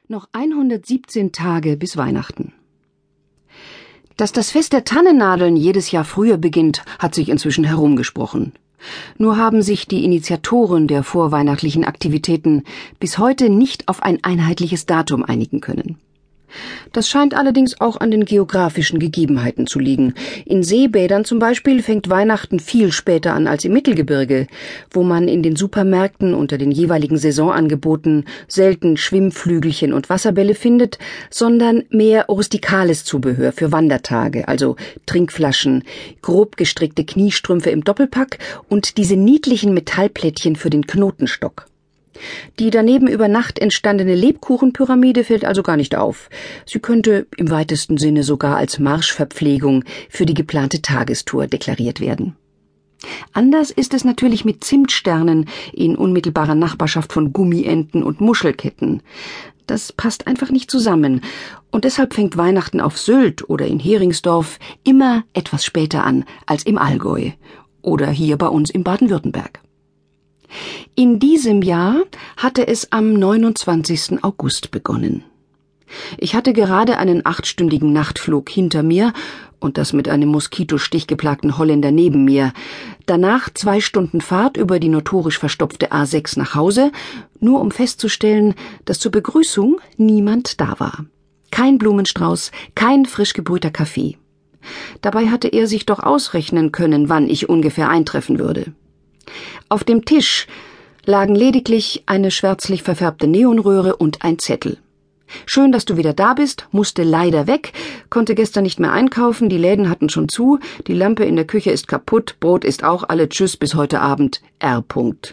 Noch 117 Tage bis Weihnachten. Dass das Fest der Tannennadeln jedes Jahr früher beginnt, hat sich inzwischen herumgesprochen. Nur haben sich die Initiatoren der vorweihnachtlichen Aktivitäten bis heute nicht auf ein einheitliches Datum einigen können. Das scheint allerdings auch an den geografischen Gegebenheiten zu liegen. In Seebädern zum Beispiel fängt Weihnachten viel später an als im Mittelgebirge, wo man in den Supermärkten unter den jeweiligen Saisonangeboten selten Schwimmflügelchen und Wasserbälle findet, sondern mehr rustikales Zubehör für Wandertage, also Trinkflaschen, grob gestrickte Kniestrümpfe im Doppelpack und diese niedlichen Metallplättchen für den Knotenstock. Die daneben über Nacht entstandene Lebkuchenpyramide fällt also gar nicht auf. Sie könnte im weitesten Sinne sogar als Marschverpflegung für die geplante Tagestour deklariert werden. Anders ist es natürlich mit Zimtsternen in unmittelbarer Nachbarschaft von Gummienten und Muschelketten. Das passt einfach nicht zusammen, und deshalb fängt Weihnachten auf Sylt oder in Heringsdorf immer etwas später an als im Allgäu oder hier bei uns im Baden-Württemberg. In diesem Jahr hatte es am 29. August begonnen. Ich hatte gerade einen 8-stündigen Nachtflug hinter mir und das mit einem Moskitostich geplagten Holländer neben mir. Danach 2 Stunden Fahrt über die notorisch verstopfte A6 nach Hause, nur um festzustellen, dass zur Begrüßung niemand da war. Kein Blumenstrauß, kein frisch gebrühter Kaffee. Dabei hatte er sich doch ausrechnen können, wann ich ungefähr eintreffen würde. Auf dem Tisch lagen lediglich eine schwärzlich verfärbte Neonröhre und ein Zettel. Schön, dass du wieder da bist, musste leider weg, konnte gestern nicht mehr einkaufen, die Läden hatten schon zu, die Lampe in der Küche ist kaputt, Brot ist auch alle, tschüss bis heute Abend, R.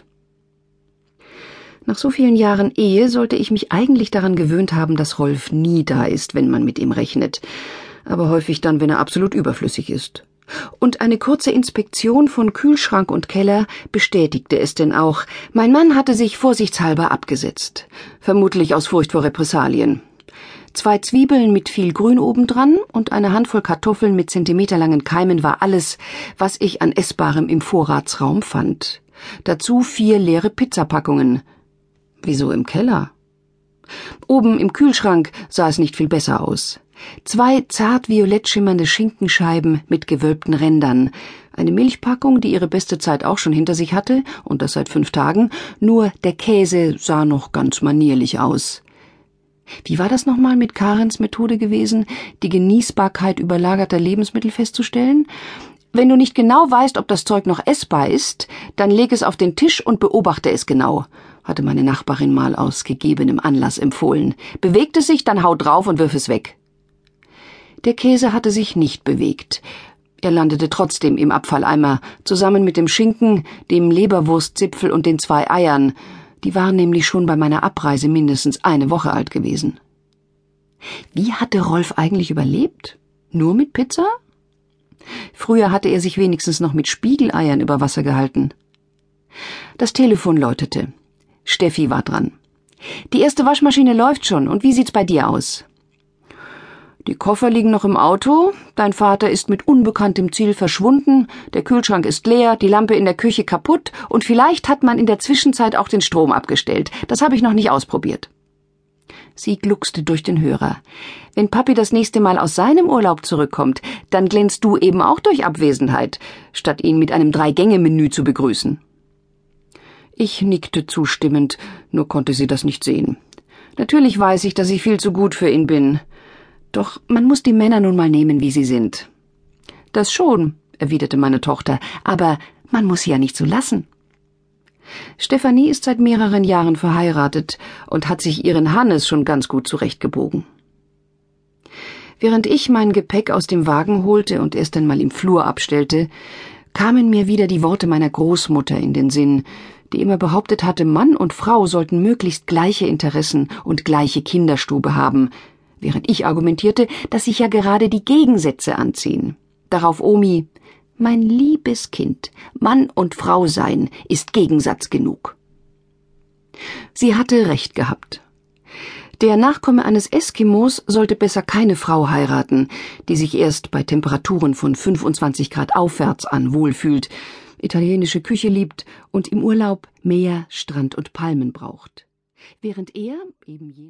Nach so vielen Jahren Ehe sollte ich mich eigentlich daran gewöhnt haben, dass Rolf nie da ist, wenn man mit ihm rechnet, aber häufig dann, wenn er absolut überflüssig ist. Und eine kurze Inspektion von Kühlschrank und Keller bestätigte es denn auch. Mein Mann hatte sich vorsichtshalber abgesetzt. Vermutlich aus Furcht vor Repressalien. 2 Zwiebeln mit viel Grün obendran und eine Handvoll Kartoffeln mit zentimeterlangen Keimen war alles, was ich an Essbarem im Vorratsraum fand. Dazu 4 leere Pizzapackungen. Wieso im Keller? Oben im Kühlschrank sah es nicht viel besser aus. 2 zart violett schimmernde Schinkenscheiben mit gewölbten Rändern, eine Milchpackung, die ihre beste Zeit auch schon hinter sich hatte, und das seit 5 Tagen, nur der Käse sah noch ganz manierlich aus. Wie war das nochmal mit Karens Methode gewesen, die Genießbarkeit überlagerter Lebensmittel festzustellen? Wenn du nicht genau weißt, ob das Zeug noch essbar ist, dann leg es auf den Tisch und beobachte es genau, hatte meine Nachbarin mal aus gegebenem Anlass empfohlen. Bewegt es sich, dann hau drauf und wirf es weg. Der Käse hatte sich nicht bewegt. Er landete trotzdem im Abfalleimer, zusammen mit dem Schinken, dem Leberwurstzipfel und den 2 Eiern. Die waren nämlich schon bei meiner Abreise mindestens 1 Woche alt gewesen. Wie hatte Rolf eigentlich überlebt? Nur mit Pizza? Früher hatte er sich wenigstens noch mit Spiegeleiern über Wasser gehalten. Das Telefon läutete. Steffi war dran. Die erste Waschmaschine läuft schon, und wie sieht's bei dir aus? Die Koffer liegen noch im Auto, dein Vater ist mit unbekanntem Ziel verschwunden, der Kühlschrank ist leer, die Lampe in der Küche kaputt und vielleicht hat man in der Zwischenzeit auch den Strom abgestellt. Das habe ich noch nicht ausprobiert. Sie gluckste durch den Hörer. Wenn Papi das nächste Mal aus seinem Urlaub zurückkommt, dann glänzt du eben auch durch Abwesenheit, statt ihn mit einem 3-Gänge-Menü zu begrüßen. Ich nickte zustimmend, nur konnte sie das nicht sehen. Natürlich weiß ich, dass ich viel zu gut für ihn bin. Doch man muss die Männer nun mal nehmen, wie sie sind. Das schon, erwiderte meine Tochter, aber man muss sie ja nicht so lassen. Stefanie ist seit mehreren Jahren verheiratet und hat sich ihren Hannes schon ganz gut zurechtgebogen. Während ich mein Gepäck aus dem Wagen holte und erst einmal im Flur abstellte, kamen mir wieder die Worte meiner Großmutter in den Sinn, die immer behauptet hatte, Mann und Frau sollten möglichst gleiche Interessen und gleiche Kinderstube haben, während ich argumentierte, dass sich ja gerade die Gegensätze anziehen. Darauf Omi: Mein liebes Kind, Mann und Frau sein ist Gegensatz genug. Sie hatte recht gehabt. Der Nachkomme eines Eskimos sollte besser keine Frau heiraten, die sich erst bei Temperaturen von 25 Grad aufwärts an wohlfühlt, italienische Küche liebt und im Urlaub Meer, Strand und Palmen braucht. Während er eben